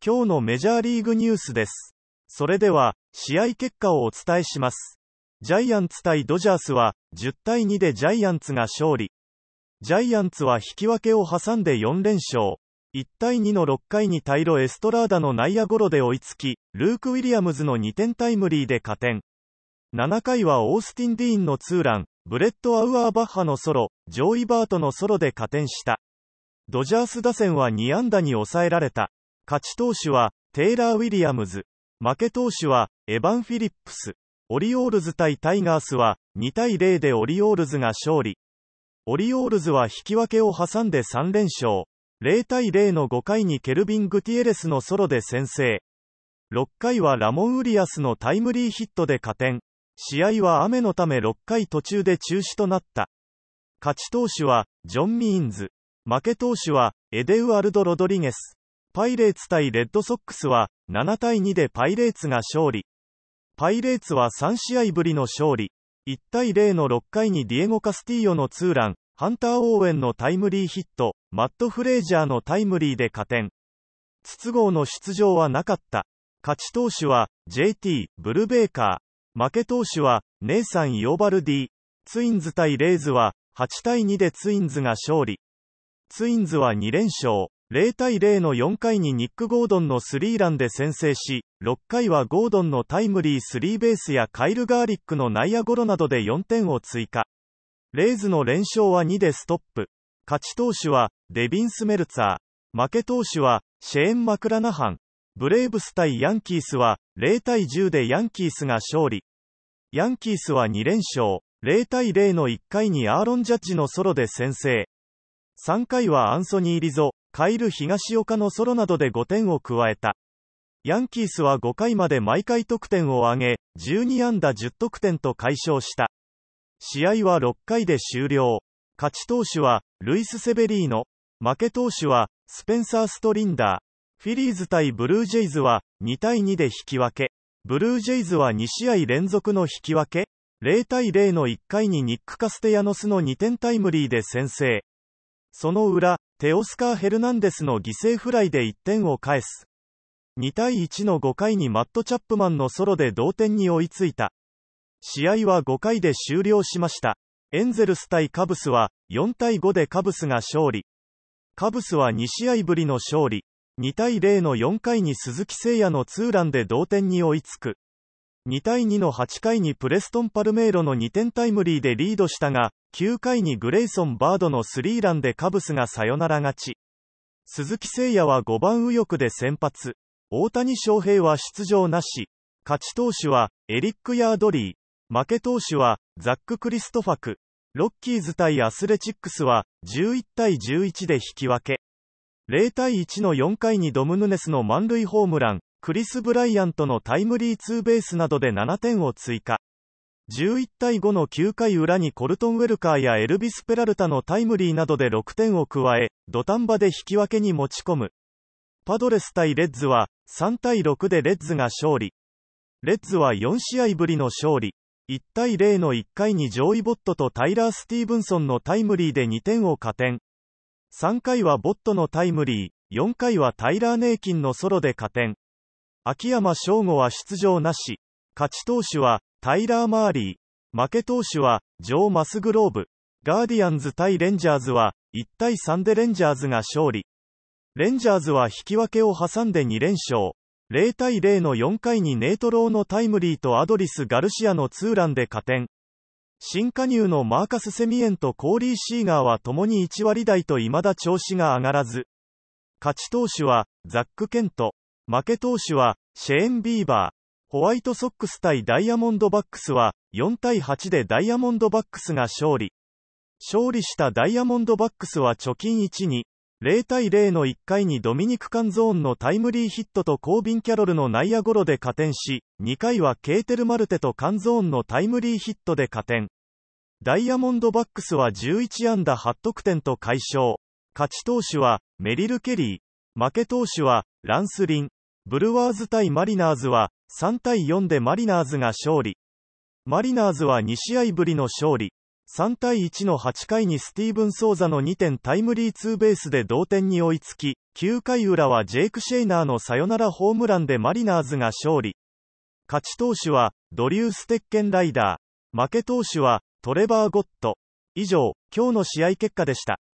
今日のメジャーリーグニュースです。それでは、試合結果をお伝えします。ジャイアンツ対ドジャースは、10対2でジャイアンツが勝利。ジャイアンツは引き分けを挟んで4連勝。1対2の6回にタイロ・エストラーダの内野ゴロで追いつき、ルーク・ウィリアムズの2点タイムリーで加点。7回はオースティン・ディーンのツーラン、ブレット・アウアーバッハのソロ、ジョーイ・バートのソロで加点した。ドジャース打線は2安打に抑えられた。勝ち投手はテイラー・ウィリアムズ。負け投手はエバン・フィリップス。オリオールズ対タイガースは2対0でオリオールズが勝利。オリオールズは引き分けを挟んで3連勝。0対0の5回にケルビン・グティエレスのソロで先制。6回はラモン・ウリアスのタイムリーヒットで加点。試合は雨のため6回途中で中止となった。勝ち投手はジョン・ミーンズ。負け投手はエデウアルド・ロドリゲス。パイレーツ対レッドソックスは7対2でパイレーツが勝利。パイレーツは3試合ぶりの勝利。1対0の6回にディエゴ・カスティーヨのツーラン、ハンター・オーウェンのタイムリーヒット、マット・フレージャーのタイムリーで加点。筒香の出場はなかった。勝ち投手は JT、ブルベーカー。負け投手はネイサン・イオバルディ。ツインズ対レイズは8対2でツインズが勝利。ツインズは2連勝。0対0の4回にニック・ゴードンのスリーランで先制し、6回はゴードンのタイムリースリーベースやカイル・ガーリックの内野ゴロなどで4点を追加。レイズの連勝は2でストップ。勝ち投手はデビン・スメルツァー。負け投手はシェーン・マクラナハン。ブレーブス対ヤンキースは0対10でヤンキースが勝利。ヤンキースは2連勝。0対0の1回にアーロン・ジャッジのソロで先制。3回はアンソニー・リゾ、カイル・東岡のソロなどで5点を加えた。ヤンキースは5回まで毎回得点を挙げ、12安打10得点と快勝した。試合は6回で終了。勝ち投手はルイス・セベリーノ。負け投手はスペンサー・ストリンダー。フィリーズ対ブルージェイズは2対2で引き分け。ブルージェイズは2試合連続の引き分け。0対0の1回にニック・カステヤノスの2点タイムリーで先制。その裏、テオスカー・ヘルナンデスの犠牲フライで1点を返す。2対1の5回にマット・チャップマンのソロで同点に追いついた。試合は5回で終了しました。エンゼルス対カブスは4対5でカブスが勝利。カブスは2試合ぶりの勝利。2対0の4回に鈴木誠也のツーランで同点に追いつく。2対2の8回にプレストン・パルメイロの2点タイムリーでリードしたが、9回にグレイソン・バードのスリーランでカブスがサヨナラ勝ち。鈴木誠也は5番右翼で先発。大谷翔平は出場なし。勝ち投手はエリック・ヤードリー。負け投手はザック・クリストファク。ロッキーズ対アスレチックスは11対11で引き分け。0対1の4回にドムヌネスの満塁ホームラン。クリス・ブライアントのタイムリーツーベースなどで7点を追加。11対5の9回裏にコルトン・ウェルカーやエルビス・ペラルタのタイムリーなどで6点を加え、土壇場で引き分けに持ち込む。パドレス対レッズは3対6でレッズが勝利。レッズは4試合ぶりの勝利。1対0の1回にジョーイ・ボットとタイラー・スティーブンソンのタイムリーで2点を加点。3回はボットのタイムリー、4回はタイラー・ネイキンのソロで加点。秋山翔吾は出場なし。勝ち投手はタイラー・マーリー。負け投手はジョー・マスグローブ。ガーディアンズ対レンジャーズは1対3でレンジャーズが勝利。レンジャーズは引き分けを挟んで2連勝。0対0の4回にネイトローのタイムリーとアドリス・ガルシアのツーランで加点。新加入のマーカス・セミエンとコーリー・シーガーは共に1割台と未だ調子が上がらず。勝ち投手はザック・ケント。負け投手はシェーン・ビーバー。ホワイトソックス対ダイヤモンドバックスは4対8でダイヤモンドバックスが勝利。勝利したダイヤモンドバックスは貯金1に、0対0の1回にドミニク・カンゾーンのタイムリーヒットとコービン・キャロルの内野ゴロで加点し、2回はケーテル・マルテとカンゾーンのタイムリーヒットで加点。ダイヤモンドバックスは11安打8得点と快勝。勝ち投手はメリル・ケリー。負け投手はランス・リン。ブルワーズ対マリナーズは3対4でマリナーズが勝利。マリナーズは2試合ぶりの勝利。 3対1の8回にスティーブン・ソーザの2点タイムリーツーベースで同点に追いつき、9回裏はジェイク・シェイナーのサヨナラホームランでマリナーズが勝利。勝ち投手はドリュー・ステッケンライダー。負け投手はトレバー・ゴット。以上、今日の試合結果でした。